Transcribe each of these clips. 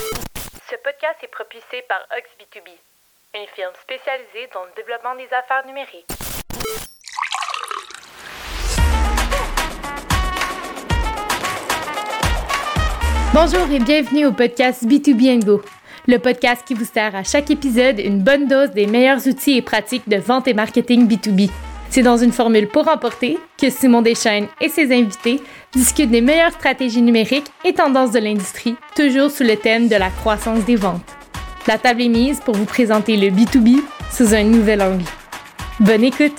Ce podcast est propulsé par Ox B2B, une firme spécialisée dans le développement des affaires numériques. Bonjour et bienvenue au podcast B2B & Go, le podcast qui vous sert à chaque épisode une bonne dose des meilleurs outils et pratiques de vente et marketing B2B. C'est dans une formule pour emporter que Simon Deschênes et ses invités discutent des meilleures stratégies numériques et tendances de l'industrie, toujours sous le thème de la croissance des ventes. La table est mise pour vous présenter le B2B sous un nouvel angle. Bonne écoute!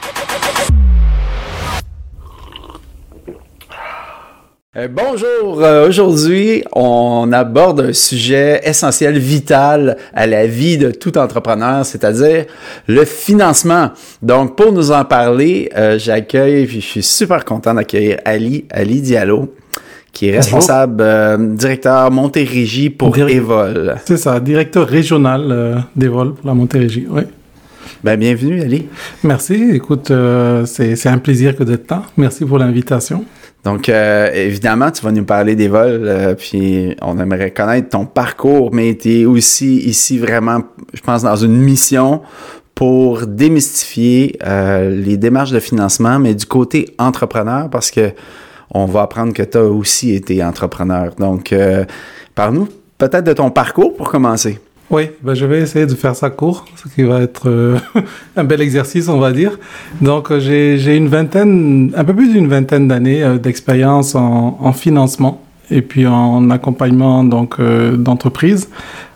Bonjour, aujourd'hui on aborde un sujet essentiel, vital à la vie de tout entrepreneur, c'est-à-dire le financement. Donc pour nous en parler, j'accueille, puis je suis super content d'accueillir Ali Diallo, qui est responsable directeur Montérégie pour Evol. C'est ça, directeur régional d'Evol pour la Montérégie, oui. Ben, bienvenue Ali. Merci, écoute, c'est un plaisir que d'être là. Merci pour l'invitation. Donc, évidemment, tu vas nous parler d'Evol, puis on aimerait connaître ton parcours, mais tu es aussi ici vraiment, je pense, dans une mission pour démystifier les démarches de financement, mais du côté entrepreneur, parce que on va apprendre que tu as aussi été entrepreneur. Donc, parle-nous peut-être de ton parcours pour commencer. Oui, ben je vais essayer de faire ça court, ce qui va être un bel exercice, on va dire. Donc, j'ai un peu plus d'une vingtaine d'années d'expérience en financement et puis en accompagnement donc d'entreprises.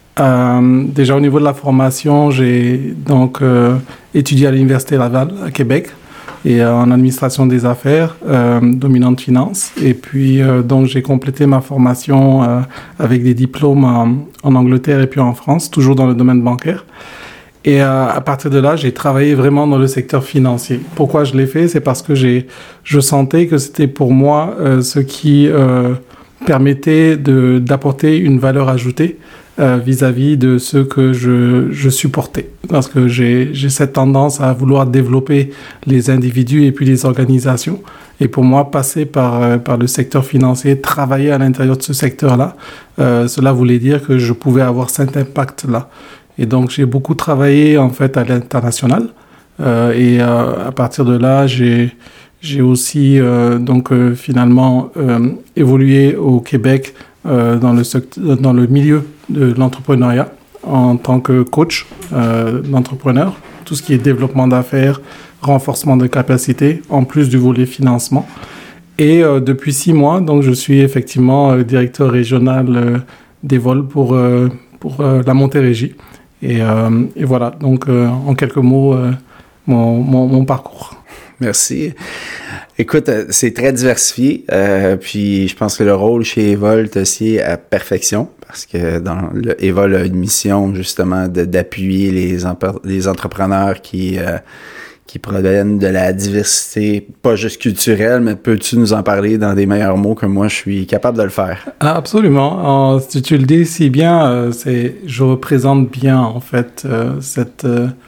Déjà au niveau de la formation, j'ai donc étudié à l'Université Laval à Québec et en administration des affaires, dominante finance. Et puis, donc, j'ai complété ma formation avec des diplômes en Angleterre et puis en France, toujours dans le domaine bancaire. Et à partir de là, j'ai travaillé vraiment dans le secteur financier. Pourquoi je l'ai fait? C'est parce que je sentais que c'était pour moi ce qui permettait d'apporter une valeur ajoutée vis-à-vis de ce que je supportais. Parce que j'ai cette tendance à vouloir développer les individus et puis les organisations. Et pour moi, passer par le secteur financier, travailler à l'intérieur de ce secteur-là, cela voulait dire que je pouvais avoir cet impact-là. Et donc, j'ai beaucoup travaillé, en fait, à l'international. Et à partir de là, j'ai aussi, finalement, évolué au Québec dans le milieu de l'entrepreneuriat en tant que coach d'entrepreneur, tout ce qui est développement d'affaires, renforcement de capacités, en plus du volet financement. Et depuis 6 mois, donc je suis effectivement directeur régional d'Evol pour la Montérégie. Et voilà, donc en quelques mots, mon parcours. Merci. Écoute, c'est très diversifié, puis je pense que le rôle chez Evol est à perfection, parce que Evol a une mission justement d'appuyer les entrepreneurs qui proviennent de la diversité, pas juste culturelle, mais peux-tu nous en parler dans des meilleurs mots que moi je suis capable de le faire? Ah, absolument. Si tu le dis si bien, je représente bien en fait cette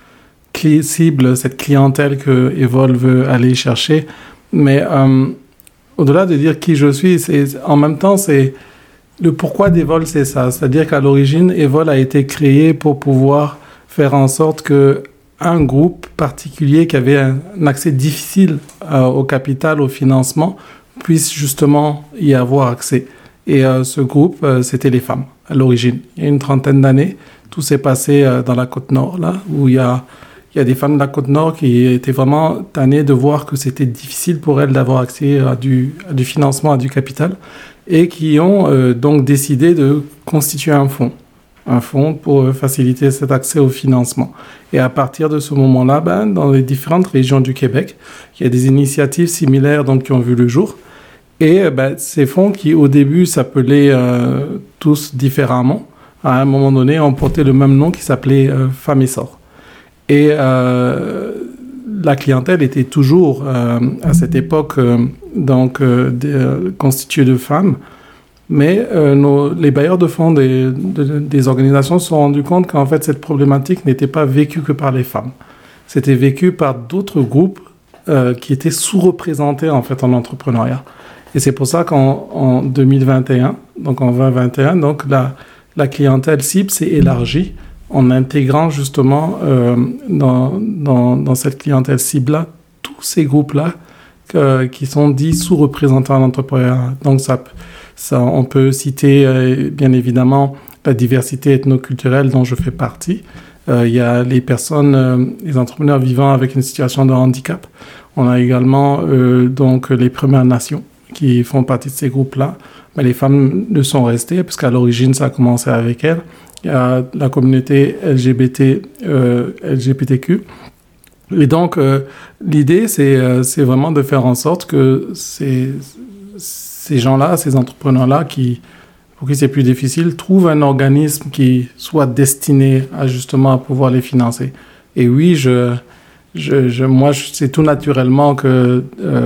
cible, cette clientèle que Evol veut aller chercher. Mais au-delà de dire qui je suis, en même temps, c'est le pourquoi d'Evol, c'est ça. C'est-à-dire qu'à l'origine, Evol a été créé pour pouvoir faire en sorte que un groupe particulier qui avait un accès difficile au capital, au financement, puisse justement y avoir accès. Et ce groupe, c'était les femmes, à l'origine. Il y a une 30aine d'années, tout s'est passé dans la Côte-Nord, là, où il y a des femmes de la Côte-Nord qui étaient vraiment tannées de voir que c'était difficile pour elles d'avoir accès à du financement, à du capital, et qui ont donc décidé de constituer un fonds pour faciliter cet accès au financement. Et à partir de ce moment-là, dans les différentes régions du Québec, il y a des initiatives similaires donc, qui ont vu le jour. Et ces fonds qui, au début, s'appelaient tous différemment, à un moment donné, ont porté le même nom qui s'appelait Femmes Essor. Et la clientèle était toujours, à cette époque, constituée de femmes. Mais les bailleurs de fonds des organisations se sont rendus compte qu'en fait, cette problématique n'était pas vécue que par les femmes. C'était vécu par d'autres groupes qui étaient sous-représentés en fait, en entrepreneuriat. Et c'est pour ça qu'en 2021, donc en 2021, donc la clientèle cible s'est élargie en intégrant justement dans cette clientèle cible-là tous ces groupes-là qui sont dits sous-représentants en entrepreneuriat. Donc, ça, on peut citer bien évidemment la diversité ethnoculturelle dont je fais partie. Il y a les personnes, les entrepreneurs vivant avec une situation de handicap. On a également donc les Premières Nations qui font partie de ces groupes-là. Mais les femmes ne sont restées parce qu'à l'origine, ça a commencé avec elles. Il y a la communauté LGBTQ. Et donc, l'idée, c'est vraiment de faire en sorte que ces gens-là, ces entrepreneurs-là, pour qui c'est plus difficile, trouvent un organisme qui soit destiné à justement à pouvoir les financer. Et oui, moi, c'est tout naturellement que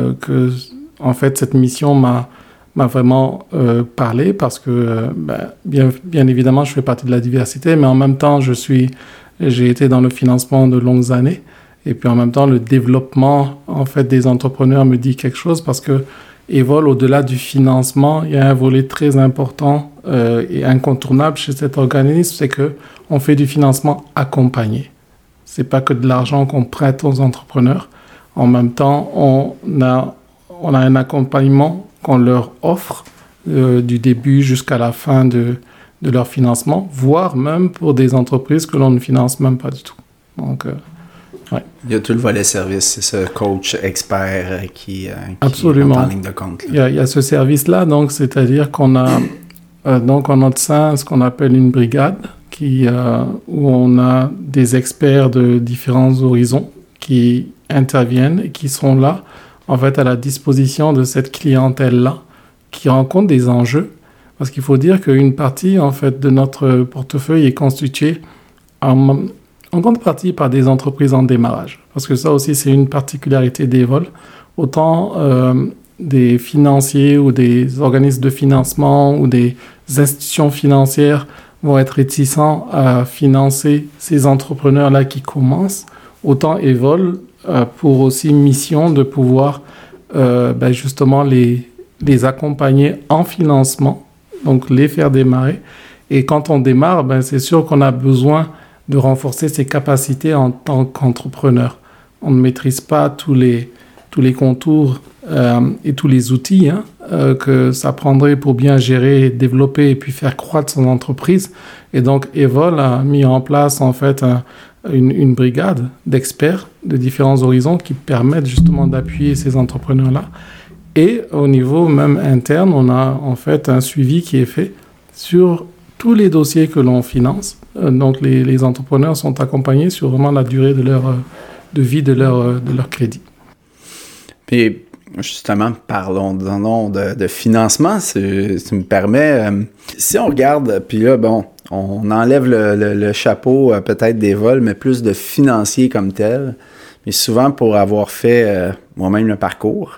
en fait, cette mission m'a vraiment parlé parce que, bien évidemment, je fais partie de la diversité, mais en même temps, j'ai été dans le financement de longues années. Et puis, en même temps, le développement, en fait, des entrepreneurs me dit quelque chose parce que Evol, au-delà du financement, il y a un volet très important et incontournable chez cet organisme, c'est qu'on fait du financement accompagné. C'est pas que de l'argent qu'on prête aux entrepreneurs. En même temps, on a un accompagnement qu'on leur offre du début jusqu'à la fin de leur financement, voire même pour des entreprises que l'on ne finance même pas du tout. Donc, ouais. Il y a tout le volet service, c'est ce coach expert qui Absolument. En ligne de compte. Il y a ce service-là, donc c'est-à-dire qu'on a donc en notre sein ce qu'on appelle une brigade où on a des experts de différents horizons qui interviennent et qui sont là en fait à la disposition de cette clientèle-là qui rencontre des enjeux. Parce qu'il faut dire qu'une partie en fait de notre portefeuille est constituée en grande partie par des entreprises en démarrage. Parce que ça aussi, c'est une particularité d'Evol. Autant des financiers ou des organismes de financement ou des institutions financières vont être réticents à financer ces entrepreneurs-là qui commencent, autant Evol pour aussi mission de pouvoir justement les accompagner en financement, donc les faire démarrer. Et quand on démarre, c'est sûr qu'on a besoin de renforcer ses capacités en tant qu'entrepreneur. On ne maîtrise pas tous les contours et tous les outils que ça prendrait pour bien gérer, développer et puis faire croître son entreprise. Et donc, Evol a mis en place en fait une brigade d'experts de différents horizons qui permettent justement d'appuyer ces entrepreneurs-là. Et au niveau même interne, on a en fait un suivi qui est fait sur tous les dossiers que l'on finance. Donc, les entrepreneurs sont accompagnés sur vraiment la durée de vie de leur crédit. Puis, justement, parlons de financement, si tu me permets. Si on regarde, puis là, on enlève le chapeau peut-être des vols, mais plus de financier comme tel. Mais souvent, pour avoir fait moi-même le parcours,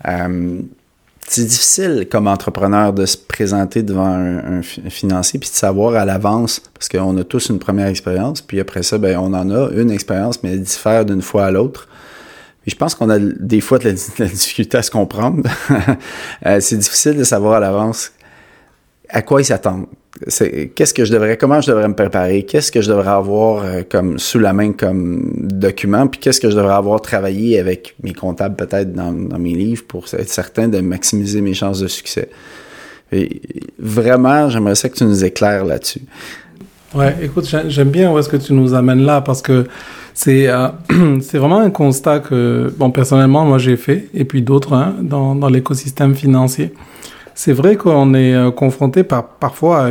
c'est difficile comme entrepreneur de se présenter devant un financier puis de savoir à l'avance, parce qu'on a tous une première expérience, puis après ça, on en a une expérience, mais elle diffère d'une fois à l'autre. Puis je pense qu'on a des fois de la difficulté à se comprendre. C'est difficile de savoir à l'avance à quoi ils s'attendent. Comment je devrais me préparer? Qu'est-ce que je devrais avoir comme sous la main comme document? Puis qu'est-ce que je devrais avoir travaillé avec mes comptables peut-être dans mes livres pour être certain de maximiser mes chances de succès? Et vraiment, j'aimerais ça que tu nous éclaires là-dessus. Ouais, écoute, j'aime bien où est-ce que tu nous amènes là parce que c'est vraiment un constat que, personnellement, moi j'ai fait et puis d'autres dans l'écosystème financier. C'est vrai qu'on est confronté parfois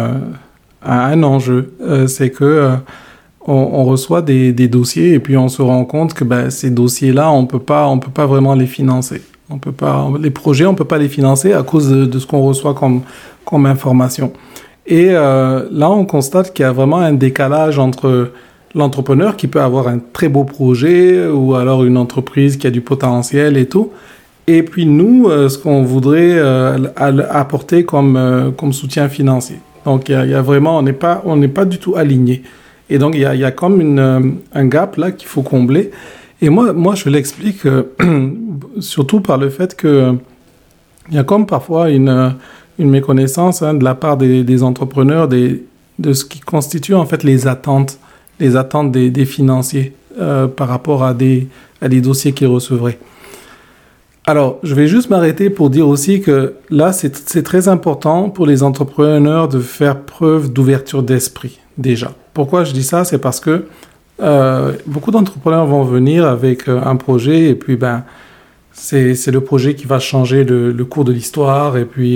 à un enjeu. C'est que on reçoit des dossiers et puis on se rend compte que ces dossiers-là, on peut pas vraiment les financer. Les projets, on peut pas les financer à cause de ce qu'on reçoit comme information. Et là, on constate qu'il y a vraiment un décalage entre l'entrepreneur qui peut avoir un très beau projet ou alors une entreprise qui a du potentiel et tout. Et puis nous, ce qu'on voudrait apporter comme soutien financier. Donc il y a vraiment, on n'est pas du tout aligné. Et donc il y a comme un gap là qu'il faut combler. Et moi je l'explique surtout par le fait que il y a comme parfois une une méconnaissance de la part des entrepreneurs de ce qui constitue en fait les attentes des financiers par rapport à des dossiers qu'ils recevraient. Alors, je vais juste m'arrêter pour dire aussi que là, c'est très important pour les entrepreneurs de faire preuve d'ouverture d'esprit, déjà. Pourquoi je dis ça? C'est parce que beaucoup d'entrepreneurs vont venir avec un projet et puis, c'est le projet qui va changer le cours de l'histoire et puis,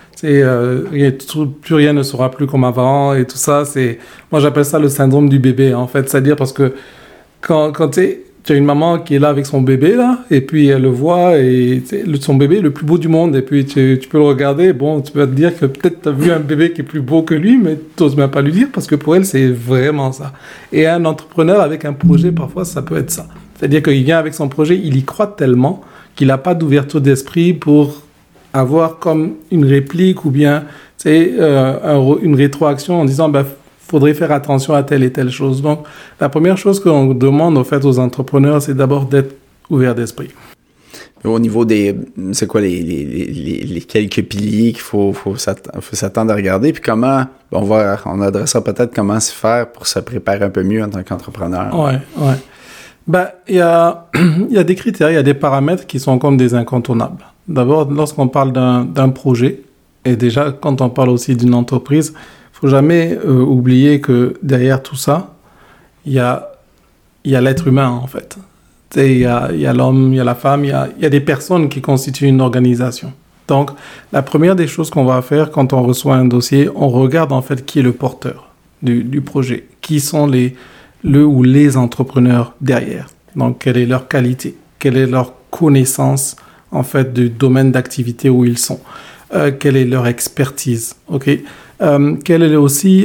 plus rien ne sera plus comme avant et tout ça. Moi, j'appelle ça le syndrome du bébé, en fait. C'est-à-dire parce que quand tu as une maman qui est là avec son bébé, là, et puis elle le voit, et son bébé est le plus beau du monde, et puis tu peux le regarder, bon, tu peux te dire que peut-être tu as vu un bébé qui est plus beau que lui, mais tu n'oses même pas lui dire, parce que pour elle, c'est vraiment ça. Et un entrepreneur avec un projet, parfois, ça peut être ça. C'est-à-dire qu'il vient avec son projet, il y croit tellement qu'il n'a pas d'ouverture d'esprit pour avoir comme une réplique ou bien une rétroaction en disant faudrait faire attention à telle et telle chose. Donc, la première chose qu'on demande en fait aux entrepreneurs, c'est d'abord d'être ouvert d'esprit. Au niveau c'est quoi les quelques piliers qu'il faut s'attendre à regarder, puis comment, on adressera peut-être comment se faire pour se préparer un peu mieux en tant qu'entrepreneur. Ouais. Il y a des critères, il y a des paramètres qui sont comme des incontournables. D'abord, lorsqu'on parle d'un projet, et déjà, quand on parle aussi d'une entreprise, faut jamais oublier que derrière tout ça, il y a l'être humain, en fait. Il y a l'homme, il y a la femme, il y a des personnes qui constituent une organisation. Donc, la première des choses qu'on va faire quand on reçoit un dossier, on regarde en fait qui est le porteur du projet, qui sont le ou les entrepreneurs derrière. Donc, quelle est leur qualité, quelle est leur connaissance en fait du domaine d'activité où ils sont, quelle est leur expertise, ok. Quel est aussi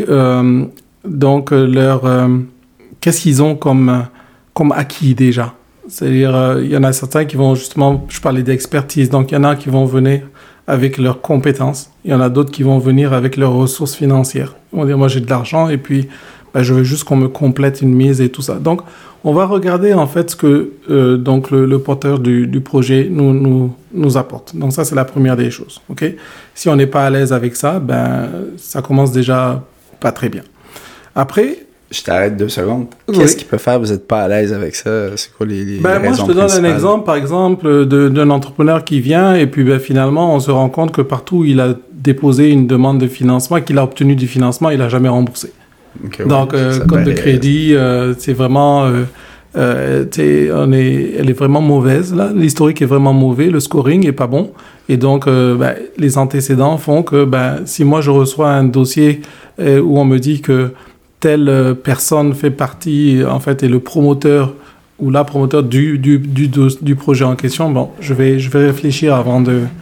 qu'est-ce qu'ils ont comme acquis déjà. C'est-à-dire, il y en a certains qui vont justement, je parlais d'expertise, donc il y en a qui vont venir avec leurs compétences, il y en a d'autres qui vont venir avec leurs ressources financières. On va dire, moi j'ai de l'argent et puis je veux juste qu'on me complète une mise et tout ça. Donc, on va regarder en fait ce que donc le porteur du projet nous apporte. Donc ça, c'est la première des choses. Ok. Si on n'est pas à l'aise avec ça, ça commence déjà pas très bien. Après, je t'arrête 2 secondes. Qu'est-ce qu'il peut faire? Vous n'êtes pas à l'aise avec ça? C'est quoi les raisons moi, je te donne un exemple, par exemple, d'un entrepreneur qui vient et puis finalement, on se rend compte que partout où il a déposé une demande de financement, qu'il a obtenu du financement, il n'a jamais remboursé. Okay, donc, code de crédit, c'est vraiment... elle est vraiment mauvaise, là. L'historique est vraiment mauvais, le scoring est pas bon. Et donc, les antécédents font que si moi, je reçois un dossier où on me dit que telle personne fait partie, en fait, est le promoteur ou la promoteur du projet en question, je vais réfléchir avant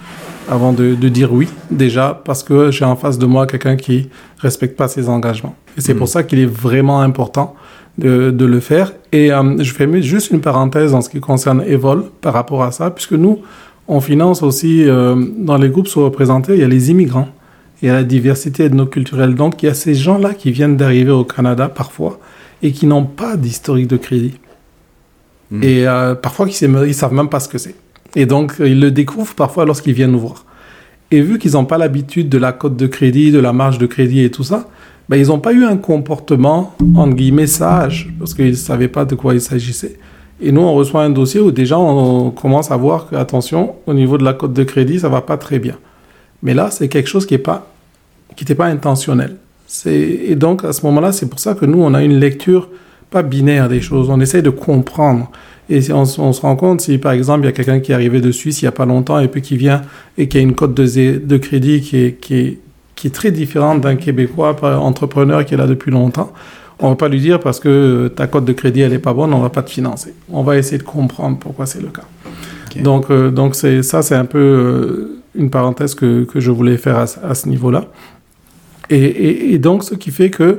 de dire oui, déjà, parce que j'ai en face de moi quelqu'un qui respecte pas ses engagements. Et c'est pour ça qu'il est vraiment important de le faire. Et je fais juste une parenthèse en ce qui concerne Evol par rapport à ça, puisque nous, on finance aussi, dans les groupes sous-représentés, il y a les immigrants, il y a la diversité ethnoculturelle. Donc, il y a ces gens-là qui viennent d'arriver au Canada, parfois, et qui n'ont pas d'historique de crédit. Et parfois, ils savent même pas ce que c'est. Et donc, ils le découvrent parfois lorsqu'ils viennent nous voir. Et vu qu'ils n'ont pas l'habitude de la cote de crédit, de la marge de crédit et tout ça, ils n'ont pas eu un comportement, entre guillemets, sage, parce qu'ils ne savaient pas de quoi il s'agissait. Et nous, on reçoit un dossier où déjà, on commence à voir que, attention, au niveau de la cote de crédit, ça ne va pas très bien. Mais là, c'est quelque chose qui n'était pas intentionnel. Et donc, à ce moment-là, c'est pour ça que nous, on a une lecture pas binaire des choses. On essaie de comprendre. Et on se rend compte, si par exemple, il y a quelqu'un qui est arrivé de Suisse il n'y a pas longtemps et puis qui vient et qui a une cote de crédit qui est très différente d'un Québécois entrepreneur qui est là depuis longtemps, on ne va pas lui dire parce que ta cote de crédit, elle n'est pas bonne, on ne va pas te financer. On va essayer de comprendre pourquoi c'est le cas. Okay. Donc c'est un peu une parenthèse que je voulais faire à ce niveau-là. Et donc, ce qui fait que,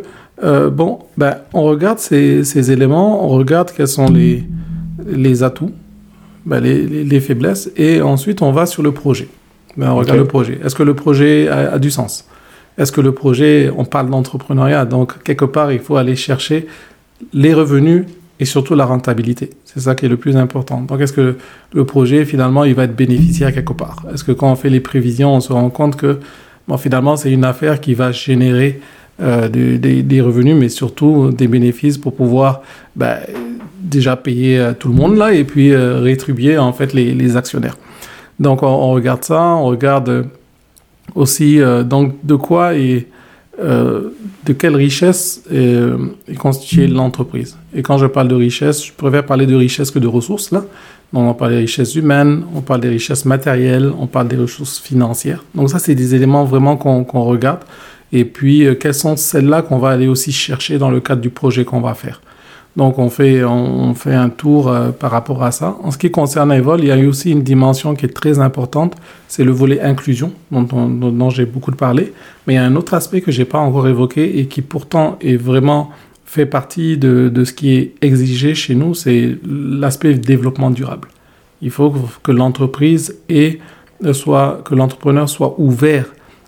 on regarde ces éléments, on regarde quels sont les atouts, les faiblesses, et ensuite on va sur le projet. On regarde le projet. Est-ce que le projet a du sens? Est-ce que le projet, on parle d'entrepreneuriat, donc quelque part il faut aller chercher les revenus et surtout la rentabilité. C'est ça qui est le plus important. Donc est-ce que le projet finalement il va être bénéficiaire quelque part? Est-ce que quand on fait les prévisions, on se rend compte que Bon, finalement, c'est une affaire qui va générer des revenus, mais surtout des bénéfices pour pouvoir déjà payer tout le monde là et puis rétribuer en fait les actionnaires. Donc on regarde ça, on regarde aussi donc de quoi et de quelle richesse est constituée l'entreprise. Et quand je parle de richesse, je préfère parler de richesse que de ressources là. Donc on parle des richesses humaines, on parle des richesses matérielles, on parle des ressources financières. Donc ça, c'est des éléments vraiment qu'on regarde. Et puis, quelles sont celles-là qu'on va aller aussi chercher dans le cadre du projet qu'on va faire. Donc, on fait un tour par rapport à ça. En ce qui concerne Evol, il y a eu aussi une dimension qui est très importante, c'est le volet inclusion, dont j'ai beaucoup parlé. Mais il y a un autre aspect que je n'ai pas encore évoqué et qui pourtant est vraiment fait partie de ce qui est exigé chez nous, c'est l'aspect développement durable. Il faut que l'entreprise que l'entrepreneur soit ouvert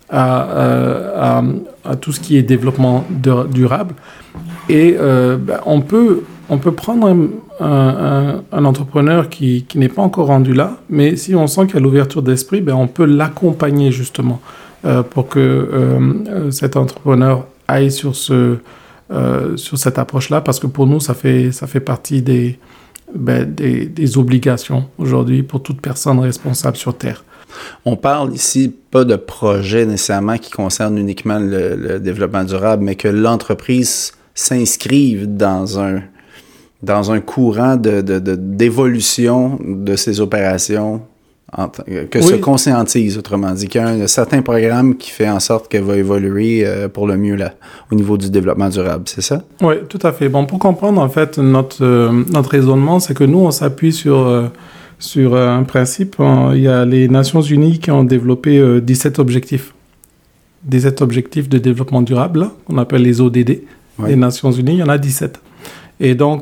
à tout ce qui est développement durable. Et on peut prendre un entrepreneur qui n'est pas encore rendu là, mais si on sent qu'il y a l'ouverture d'esprit, on peut l'accompagner justement pour que cet entrepreneur aille sur cette approche-là, parce que pour nous, ça fait partie des obligations aujourd'hui pour toute personne responsable sur Terre. On parle ici pas de projet nécessairement qui concerne uniquement le développement durable, mais que l'entreprise s'inscrive dans un courant d'évolution de ses opérations, se conscientise, autrement dit, qu'il y a un certain programme qui fait en sorte qu'elle va évoluer pour le mieux là, au niveau du développement durable, c'est ça? Oui, tout à fait. Bon, pour comprendre, en fait, notre raisonnement, c'est que nous, on s'appuie sur un principe. Il y a les Nations Unies qui ont développé 17 objectifs. 17 objectifs de développement durable, là, qu'on appelle les ODD. Les Nations Unies, il y en a 17. Et donc,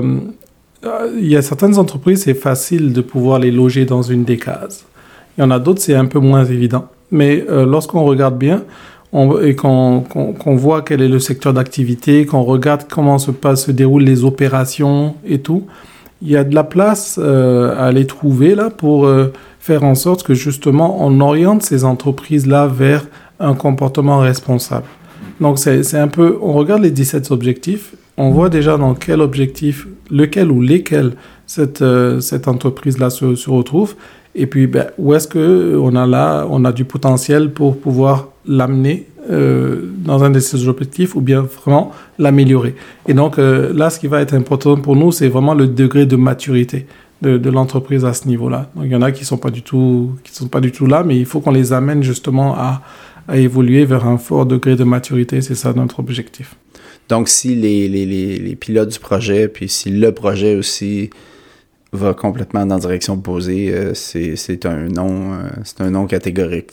il y a certaines entreprises, c'est facile de pouvoir les loger dans une des cases. Il y en a d'autres, c'est un peu moins évident. Mais lorsqu'on regarde bien et qu'on voit quel est le secteur d'activité, qu'on regarde comment se déroulent les opérations et tout, il y a de la place à les trouver là pour faire en sorte que justement on oriente ces entreprises-là vers un comportement responsable. Donc c'est un peu, on regarde les 17 objectifs, on voit déjà dans quel objectif, lequel ou lesquels cette entreprise-là se retrouve, et puis où est-ce que on a du potentiel pour pouvoir l'amener dans un de ces objectifs ou bien vraiment l'améliorer. Et donc là, ce qui va être important pour nous, c'est vraiment le degré de maturité de l'entreprise à ce niveau-là. Donc il y en a qui sont pas du tout là, mais il faut qu'on les amène justement à évoluer vers un fort degré de maturité. C'est ça notre objectif. Donc si les pilotes du projet, puis si le projet aussi va complètement dans la direction opposée, c'est un non catégorique.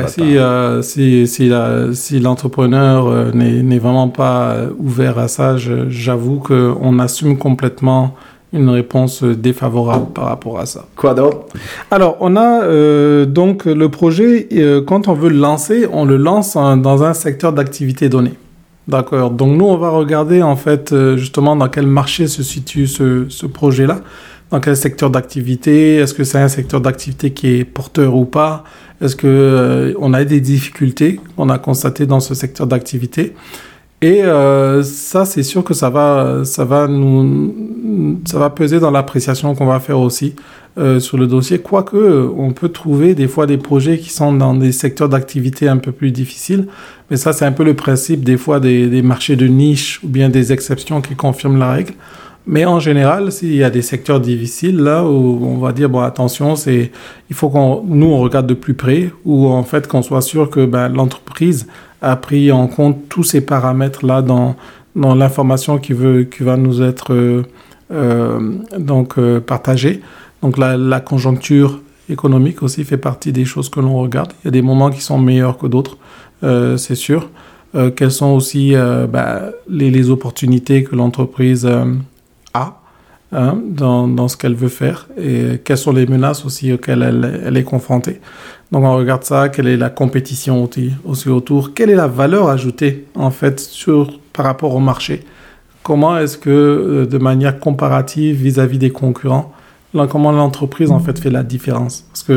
Si l'entrepreneur n'est vraiment pas ouvert à ça, j'avoue qu'on assume complètement une réponse défavorable par rapport à ça. Quoi d'autre? Alors, on a donc le projet, quand on veut le lancer, on le lance dans un secteur d'activité donné. D'accord. Donc nous, on va regarder en fait justement dans quel marché se situe ce projet-là. Dans quel secteur d'activité? Est-ce que c'est un secteur d'activité qui est porteur ou pas? Est-ce que on a des difficultés qu'on a constatées dans ce secteur d'activité? Et ça, c'est sûr que ça va peser dans l'appréciation qu'on va faire aussi sur le dossier. Quoique, on peut trouver des fois des projets qui sont dans des secteurs d'activité un peu plus difficiles. Mais ça, c'est un peu le principe des fois des marchés de niche ou bien des exceptions qui confirment la règle. Mais en général, s'il y a des secteurs difficiles, là où on va dire, bon, attention, il faut on regarde de plus près, ou en fait, qu'on soit sûr que l'entreprise a pris en compte tous ces paramètres-là dans l'information qui va nous être partagée. Donc, la conjoncture économique aussi fait partie des choses que l'on regarde. Il y a des moments qui sont meilleurs que d'autres, c'est sûr. Quelles sont aussi les opportunités que l'entreprise a dans ce qu'elle veut faire et quelles sont les menaces aussi auxquelles elle est confrontée. Donc on regarde ça, quelle est la compétition aussi autour, quelle est la valeur ajoutée en fait par rapport au marché. Comment est-ce que de manière comparative vis-à-vis des concurrents, comment l'entreprise en fait fait la différence. Parce que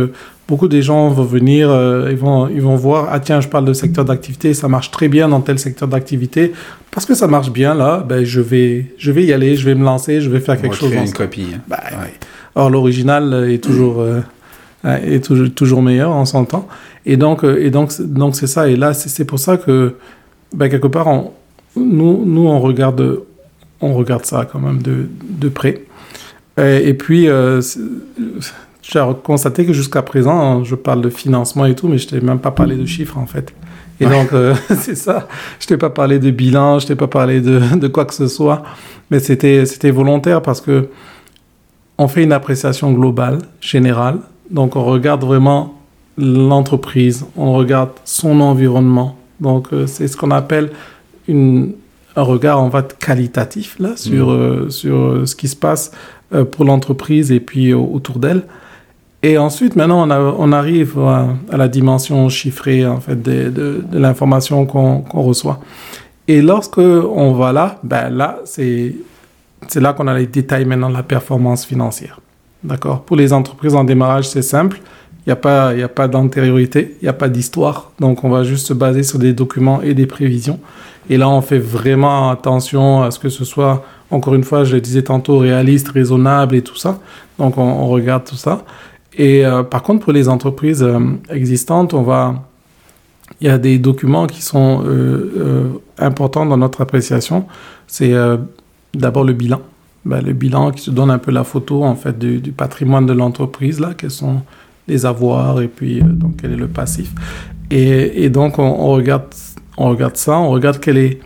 beaucoup des gens vont venir, ils vont voir, ah tiens, je parle de secteur d'activité, ça marche très bien dans tel secteur d'activité, parce que ça marche bien là, ben je vais y aller, je vais me lancer, je vais faire quelque chose. Une copie. Hein. Ben, ouais. Or l'original est toujours meilleur, on s'entend. Et donc c'est ça. Et là, c'est pour ça que ben, quelque part, nous on regarde ça quand même de près. Et puis j'ai constaté que jusqu'à présent, je parle de financement et tout, mais je t'ai même pas parlé de chiffres, en fait. Et donc, c'est ça. Je t'ai pas parlé de bilan, je t'ai pas parlé de quoi que ce soit. Mais c'était volontaire parce que on fait une appréciation globale, générale. Donc, on regarde vraiment l'entreprise, on regarde son environnement. Donc, c'est ce qu'on appelle un regard, en fait, qualitatif, là, sur ce qui se passe pour l'entreprise et puis autour d'elle. Et ensuite, maintenant, on arrive à la dimension chiffrée, en fait, de l'information qu'on reçoit. Et lorsque on va là, ben là, c'est là qu'on a les détails maintenant de la performance financière. D'accord? Pour les entreprises en démarrage, c'est simple. Il n'y a pas d'antériorité, il n'y a pas d'histoire. Donc, on va juste se baser sur des documents et des prévisions. Et là, on fait vraiment attention à ce que ce soit, encore une fois, je le disais tantôt, réaliste, raisonnable et tout ça. Donc, on regarde tout ça. Et par contre, pour les entreprises existantes, il y a des documents qui sont importants dans notre appréciation. C'est d'abord le bilan. Ben, le bilan qui se donne un peu la photo en fait du patrimoine de l'entreprise, là, quels sont les avoirs et puis donc quel est le passif. Et donc on regarde ça, on regarde quels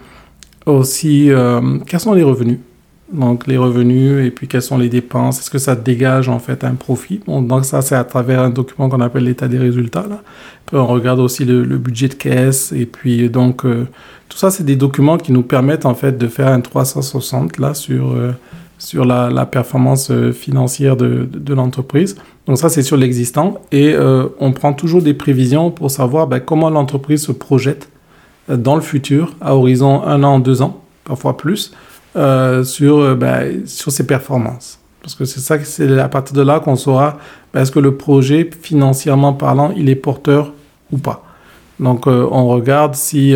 sont les revenus. Donc les revenus et puis quelles sont les dépenses, est-ce que ça dégage en fait un profit. Bon, donc ça c'est à travers un document qu'on appelle l'état des résultats là. Puis on regarde aussi le budget de caisse et puis donc tout ça c'est des documents qui nous permettent en fait de faire un 360 là sur la performance financière de l'entreprise. Donc ça c'est sur l'existant et on prend toujours des prévisions pour savoir comment l'entreprise se projette dans le futur à horizon 1 an, 2 ans, parfois plus. Sur ses performances. Parce que c'est à partir de là qu'on saura est-ce que le projet, financièrement parlant, il est porteur ou pas. Donc, on regarde si,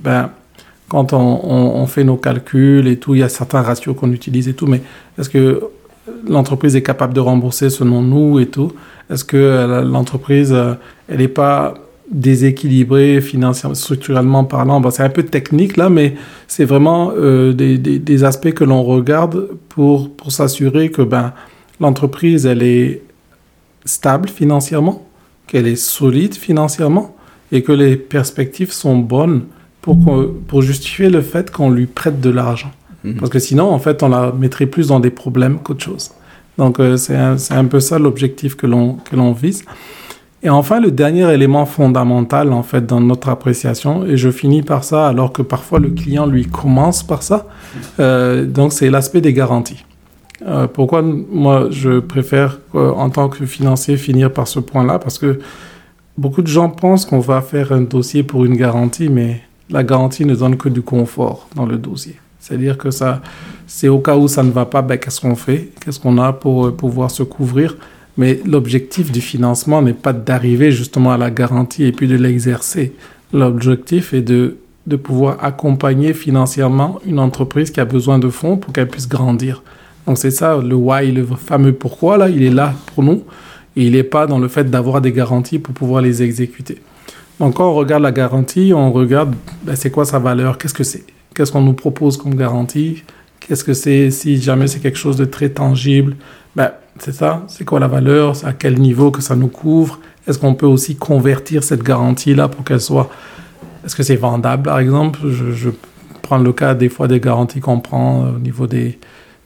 quand on fait nos calculs et tout, il y a certains ratios qu'on utilise et tout, mais est-ce que l'entreprise est capable de rembourser selon nous et tout? Est-ce que l'entreprise, elle n'est pas déséquilibré financièrement, structurellement parlant. Bon, c'est un peu technique là, mais c'est vraiment des aspects que l'on regarde pour s'assurer que l'entreprise, elle est stable financièrement, qu'elle est solide financièrement et que les perspectives sont bonnes pour justifier le fait qu'on lui prête de l'argent. Mmh. Parce que sinon, en fait, on la mettrait plus dans des problèmes qu'autre chose. Donc, c'est un peu ça l'objectif que l'on vise. Et enfin, le dernier élément fondamental, en fait, dans notre appréciation, et je finis par ça, alors que parfois le client, lui, commence par ça, donc c'est l'aspect des garanties. Pourquoi moi, je préfère, en tant que financier, finir par ce point-là? Parce que beaucoup de gens pensent qu'on va faire un dossier pour une garantie, mais la garantie ne donne que du confort dans le dossier. C'est-à-dire que c'est au cas où ça ne va pas, qu'est-ce qu'on fait? Qu'est-ce qu'on a pour pouvoir se couvrir? Mais l'objectif du financement n'est pas d'arriver justement à la garantie et puis de l'exercer. L'objectif est de pouvoir accompagner financièrement une entreprise qui a besoin de fonds pour qu'elle puisse grandir. Donc c'est ça, le why, le fameux pourquoi, là, il est là pour nous. Et il n'est pas dans le fait d'avoir des garanties pour pouvoir les exécuter. Donc quand on regarde la garantie, on regarde c'est quoi sa valeur, qu'est-ce que c'est? Qu'est-ce qu'on nous propose comme garantie? Qu'est-ce que c'est si jamais c'est quelque chose de très tangible? C'est ça, c'est quoi la valeur, c'est à quel niveau que ça nous couvre, est-ce qu'on peut aussi convertir cette garantie-là pour qu'elle soit... Est-ce que c'est vendable, par exemple? Je prends le cas des fois des garanties qu'on prend au niveau des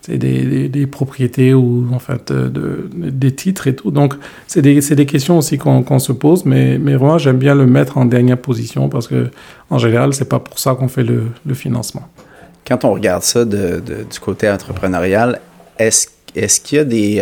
propriétés ou en fait des titres et tout. Donc, c'est des questions aussi qu'on se pose, mais vraiment, j'aime bien le mettre en dernière position parce que en général, c'est pas pour ça qu'on fait le financement. Quand on regarde ça du côté entrepreneurial, est-ce qu'il y a des...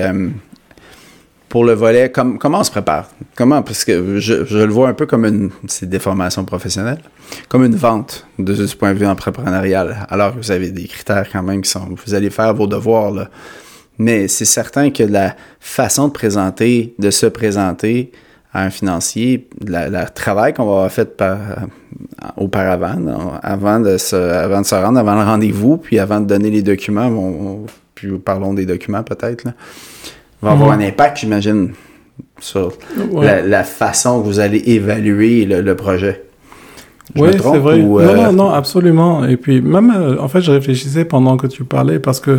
pour le volet, comment on se prépare? Parce que je le vois un peu comme c'est des formations professionnelles, comme une vente de ce point de vue entrepreneurial. Alors que vous avez des critères quand même vous allez faire vos devoirs, là. Mais c'est certain que la façon de se présenter à un financier, le travail qu'on va avoir fait auparavant, avant de se rendre, avant le rendez-vous, puis avant de donner les documents, puis parlons des documents peut-être, là, va avoir un impact, j'imagine, sur la façon que vous allez évaluer le projet. Oui, c'est vrai. Non, absolument. Et puis, même, en fait, je réfléchissais pendant que tu parlais parce que,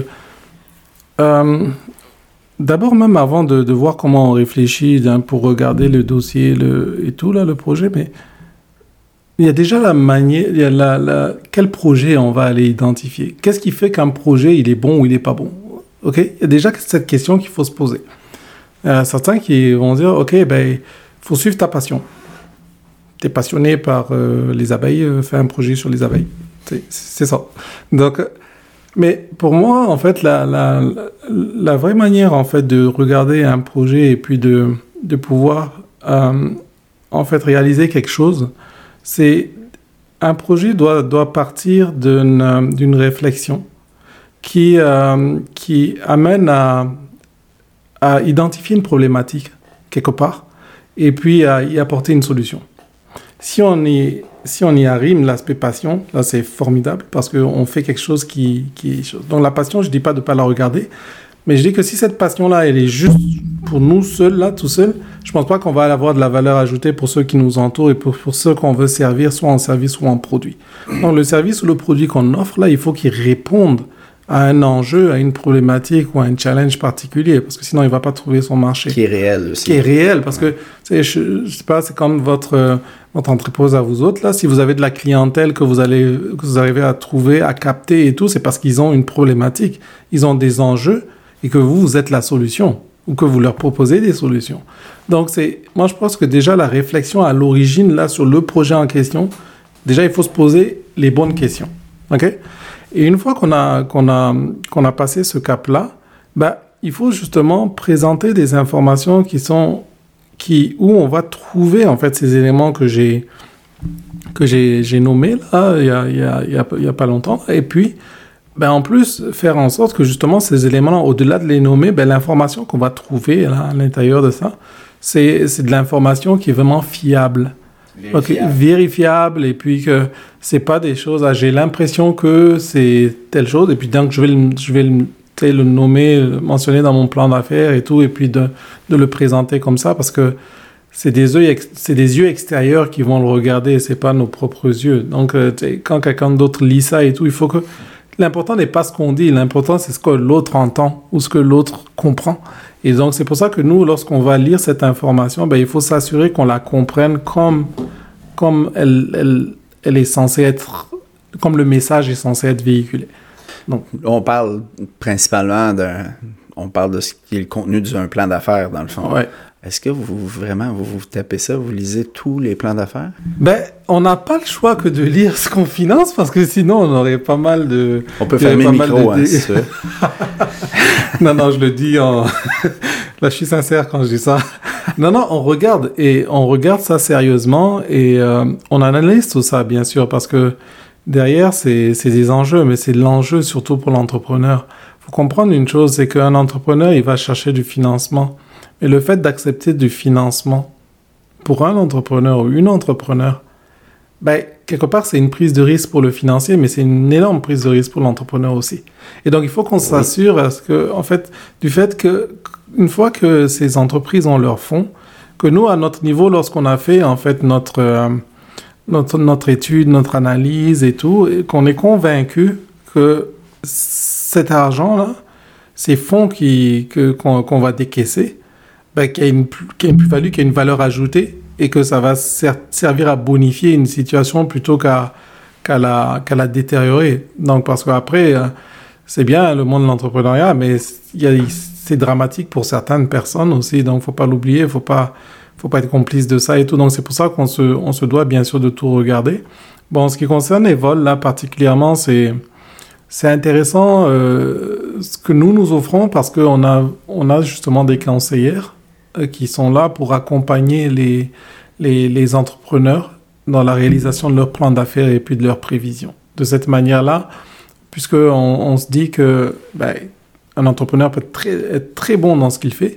d'abord, même avant de voir comment on réfléchit pour regarder le dossier et tout, là, le projet, mais il y a déjà la manière, il y a quel projet on va aller identifier. Qu'est-ce qui fait qu'un projet, il est bon ou il n'est pas bon? OK? Il y a déjà cette question qu'il faut se poser. Certains qui vont dire, OK, il faut suivre ta passion. Tu es passionné par les abeilles, fais un projet sur les abeilles. C'est ça. Donc, mais pour moi, en fait, la vraie manière, en fait, de regarder un projet et puis de pouvoir, en fait, réaliser quelque chose, c'est un projet doit partir d'une réflexion qui amène à identifier une problématique quelque part et puis à y apporter une solution. Si on y arrive, l'aspect passion, là c'est formidable parce qu'on fait quelque chose qui est chose. Donc la passion, je dis pas de pas la regarder, mais je dis que si cette passion-là, elle est juste pour nous seuls, là, tout seul, je pense pas qu'on va avoir de la valeur ajoutée pour ceux qui nous entourent et pour ceux qu'on veut servir, soit en service ou en produit. Donc le service ou le produit qu'on offre, là, il faut qu'il réponde à un enjeu, à une problématique ou à un challenge particulier, parce que sinon, il va pas trouver son marché. Qui est réel aussi. Qui est réel, parce que, je sais pas, c'est comme votre entreprise à vous autres, là, si vous avez de la clientèle que vous arrivez à trouver, à capter et tout, c'est parce qu'ils ont une problématique, ils ont des enjeux, et que vous êtes la solution, ou que vous leur proposez des solutions. Donc, moi, je pense que déjà, la réflexion à l'origine, là, sur le projet en question, déjà, il faut se poser les bonnes questions. OK? Et une fois qu'on a passé ce cap-là, il faut justement présenter des informations où on va trouver, en fait, ces éléments que j'ai nommés, là, il y a pas longtemps. Et puis, en plus, faire en sorte que justement ces éléments-là, au-delà de les nommer, l'information qu'on va trouver là, à l'intérieur de ça, c'est de l'information qui est vraiment fiable. Vérifiable, et puis que c'est pas des choses, j'ai l'impression que c'est telle chose, et puis donc je vais le nommer, le mentionner dans mon plan d'affaires et tout, et puis de le présenter comme ça, parce que c'est des yeux extérieurs qui vont le regarder, c'est pas nos propres yeux. Donc, quand quelqu'un d'autre lit ça et tout, il faut que l'important n'est pas ce qu'on dit, l'important c'est ce que l'autre entend ou ce que l'autre comprend. Et donc c'est pour ça que nous, lorsqu'on va lire cette information, il faut s'assurer qu'on la comprenne comme elle est censée être, comme le message est censé être véhiculé. Donc, on parle principalement on parle de ce qui est le contenu d'un plan d'affaires dans le fond. Ouais. Est-ce que vous tapez ça, vous lisez tous les plans d'affaires? On n'a pas le choix que de lire ce qu'on finance parce que sinon on aurait pas mal de... On peut fermer le micro, si tu veux. Non, je le dis Là, je suis sincère quand je dis ça. Non, on regarde ça sérieusement et on analyse tout ça, bien sûr, parce que derrière, c'est des enjeux, mais c'est l'enjeu surtout pour l'entrepreneur. Il faut comprendre une chose, c'est qu'un entrepreneur, il va chercher du financement. Et le fait d'accepter du financement pour un entrepreneur ou une entrepreneur, quelque part, c'est une prise de risque pour le financier, mais c'est une énorme prise de risque pour l'entrepreneur aussi. Et donc, il faut qu'on s'assure du fait que, une fois que ces entreprises ont leur fonds, que nous, à notre niveau, lorsqu'on a fait, en fait, notre étude, notre analyse et tout, et qu'on est convaincu que cet argent-là, ces fonds qu'on va décaisser, qu'il y a une plus-value, qu'il y a une valeur ajoutée et que ça va servir à bonifier une situation plutôt qu'à la détériorer. Donc, parce qu'après, c'est bien le monde de l'entrepreneuriat, mais c'est dramatique pour certaines personnes aussi. Donc, faut pas l'oublier, faut pas être complice de ça et tout. Donc, c'est pour ça qu'on se doit bien sûr de tout regarder. Bon, en ce qui concerne les vols, là, particulièrement, c'est intéressant ce que nous offrons parce qu'on a justement des conseillères qui sont là pour accompagner les entrepreneurs dans la réalisation de leur plan d'affaires et puis de leurs prévisions. De cette manière-là, puisqu'on se dit que un entrepreneur peut être très bon dans ce qu'il fait,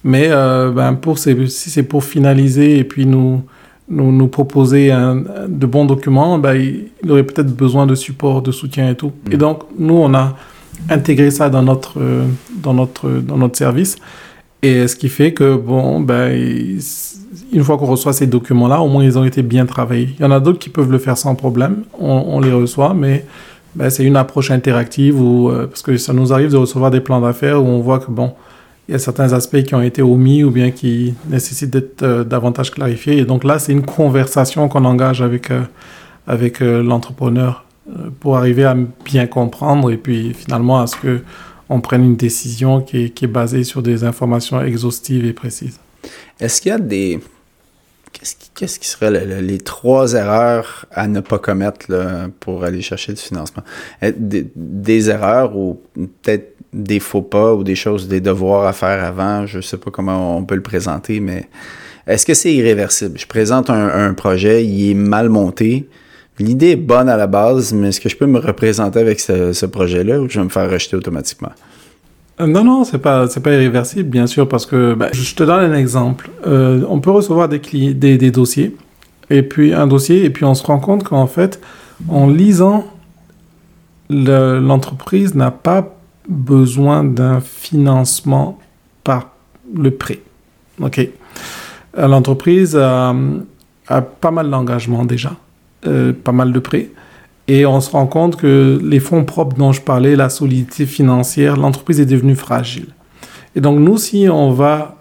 Mais si c'est pour finaliser et puis nous proposer de bons documents, il aurait peut-être besoin de support, de soutien et tout. Et donc, nous, on a intégré ça dans notre service. Et ce qui fait que, une fois qu'on reçoit ces documents-là, au moins, ils ont été bien travaillés. Il y en a d'autres qui peuvent le faire sans problème. On les reçoit, mais c'est une approche interactive parce que ça nous arrive de recevoir des plans d'affaires où on voit que, il y a certains aspects qui ont été omis ou bien qui nécessitent d'être davantage clarifiés. Et donc là, c'est une conversation qu'on engage avec l'entrepreneur pour arriver à bien comprendre et puis finalement à ce qu'on prenne une décision qui est basée sur des informations exhaustives et précises. Est-ce qu'il y a Qu'est-ce qui seraient les 3 erreurs à ne pas commettre là, pour aller chercher du financement? Des erreurs ou peut-être des faux pas ou des choses, des devoirs à faire avant, je ne sais pas comment on peut le présenter, mais est-ce que c'est irréversible? Je présente un projet, il est mal monté. L'idée est bonne à la base, mais est-ce que je peux me représenter avec ce projet-là ou je vais me faire rejeter automatiquement? Non, c'est pas irréversible, bien sûr, parce que je te donne un exemple. On peut recevoir des dossiers, et puis un dossier, et puis on se rend compte qu'en fait, en lisant, l'entreprise n'a pas besoin d'un financement par le prêt. Ok. L'entreprise a pas mal d'engagement déjà, pas mal de prêts. Et on se rend compte que les fonds propres dont je parlais, la solidité financière, l'entreprise est devenue fragile. Et donc nous, si on va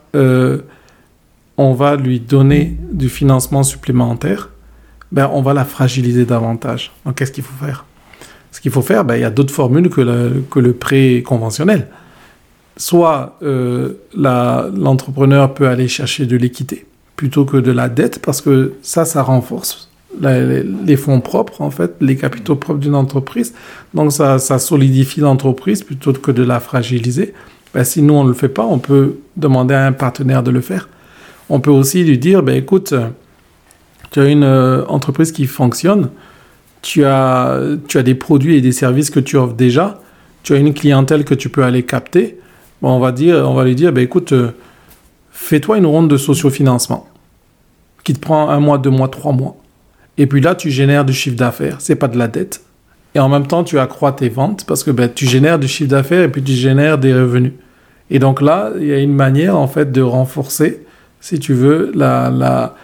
lui donner du financement supplémentaire, on va la fragiliser davantage. Donc qu'est-ce qu'il faut faire? Ce qu'il faut faire, il y a d'autres formules que le prêt conventionnel. Soit l'entrepreneur peut aller chercher de l'équité plutôt que de la dette, parce que ça renforce les fonds propres, en fait, les capitaux propres d'une entreprise. Donc, ça solidifie l'entreprise plutôt que de la fragiliser. Si nous, on ne le fait pas, on peut demander à un partenaire de le faire. On peut aussi lui dire, écoute, tu as une entreprise qui fonctionne, tu as des produits et des services que tu offres déjà, tu as une clientèle que tu peux aller capter. On va lui dire, écoute, fais-toi une ronde de sociofinancement qui te prend 1 mois, 2 mois, 3 mois. Et puis là, tu génères du chiffre d'affaires. C'est pas de la dette. Et en même temps, tu accrois tes ventes parce que tu génères du chiffre d'affaires et puis tu génères des revenus. Et donc là, il y a une manière, en fait, de renforcer, si tu veux, la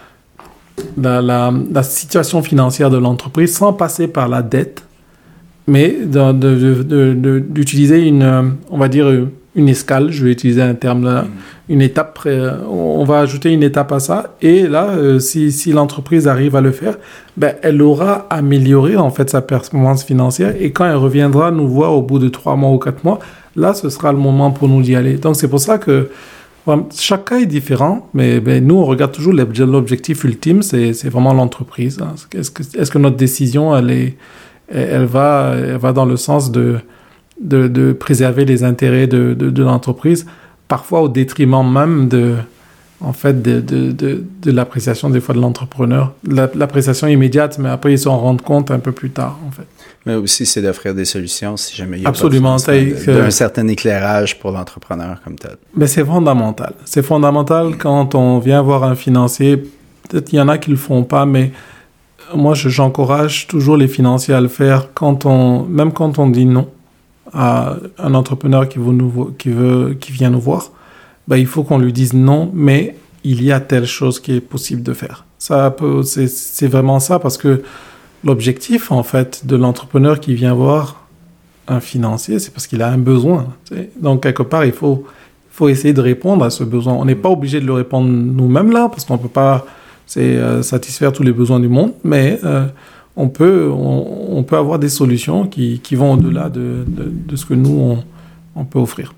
situation financière de l'entreprise sans passer par la dette, mais d'utiliser on va dire, une escale, je vais utiliser un terme là, une étape, on va ajouter une étape à ça, et là, si l'entreprise arrive à le faire, elle aura amélioré en fait sa performance financière, et quand elle reviendra nous voir au bout de 3 mois ou 4 mois, là, ce sera le moment pour nous d'y aller. Donc, c'est pour ça que chaque cas est différent, mais nous, on regarde toujours l'objectif ultime, c'est vraiment l'entreprise. Hein. Est-ce que notre décision, elle va dans le sens de préserver les intérêts de l'entreprise, parfois au détriment même de l'appréciation des fois de l'entrepreneur. L'appréciation immédiate, mais après ils s'en rendent compte un peu plus tard, en fait. Mais aussi, c'est d'offrir des solutions si jamais il y a absolument d'un certain éclairage pour l'entrepreneur comme tel. Mais c'est fondamental. C'est fondamental quand on vient voir un financier. Peut-être qu'il y en a qui le font pas, mais moi, j'encourage toujours les financiers à le faire même quand on dit non à un entrepreneur qui vient nous voir, il faut qu'on lui dise non, mais il y a telle chose qui est possible de faire. C'est vraiment ça, parce que l'objectif, en fait, de l'entrepreneur qui vient voir un financier, c'est parce qu'il a un besoin. Donc, quelque part, il faut essayer de répondre à ce besoin. On n'est pas obligé de le répondre nous-mêmes là, parce qu'on ne peut pas satisfaire tous les besoins du monde, mais on peut avoir des solutions qui vont au-delà de ce que nous, on peut offrir.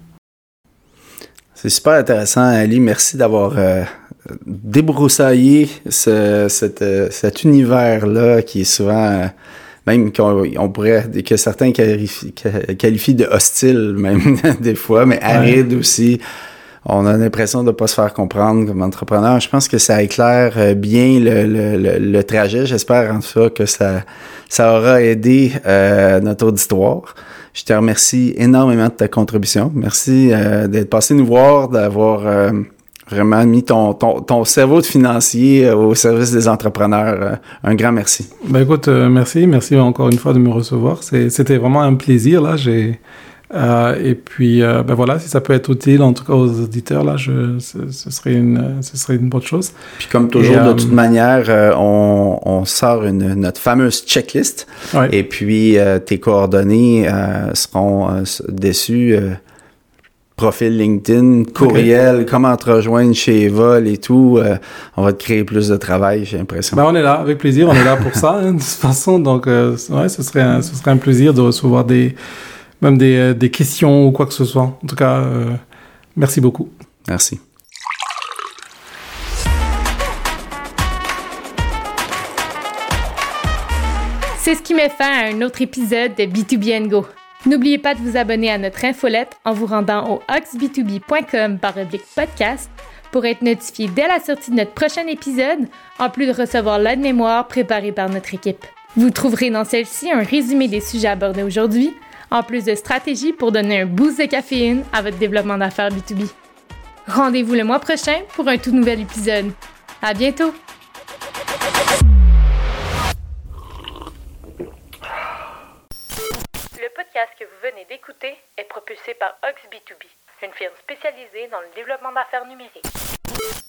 C'est super intéressant, Ali. Merci d'avoir débroussaillé cet univers-là qui est souvent, même que certains qualifient de hostile, même des fois, mais aride aussi. On a l'impression de ne pas se faire comprendre comme entrepreneur. Je pense que ça éclaire bien le trajet. J'espère en tout cas que ça aura aidé notre auditoire. Je te remercie énormément de ta contribution. Merci d'être passé nous voir, d'avoir vraiment mis ton cerveau de financier au service des entrepreneurs. Un grand merci. Ben écoute, merci encore une fois de me recevoir. C'était vraiment un plaisir là. Et puis ben voilà, si ça peut être utile en tout cas aux auditeurs là, ce serait une bonne chose. Puis comme toujours, de toute manière, on sort notre fameuse checklist. Ouais. Et puis tes coordonnées seront dessus. Profil LinkedIn, courriel, comment te rejoindre chez Evol et tout. On va te créer plus de travail, j'ai l'impression. Ben on est là, avec plaisir, on est là pour ça, de toute façon. Donc, ouais, ce serait un plaisir de recevoir même des questions ou quoi que ce soit. En tout cas, merci beaucoup. Merci. C'est ce qui met fin à un autre épisode de B2B & Go. N'oubliez pas de vous abonner à notre infolette en vous rendant au oxb2b.com/podcast pour être notifié dès la sortie de notre prochain épisode, en plus de recevoir l'aide-mémoire préparée par notre équipe. Vous trouverez dans celle-ci un résumé des sujets abordés aujourd'hui, en plus de stratégies pour donner un boost de caféine à votre développement d'affaires B2B. Rendez-vous le mois prochain pour un tout nouvel épisode. À bientôt! Le podcast que vous venez d'écouter est propulsé par Ox B2B, une firme spécialisée dans le développement d'affaires numériques.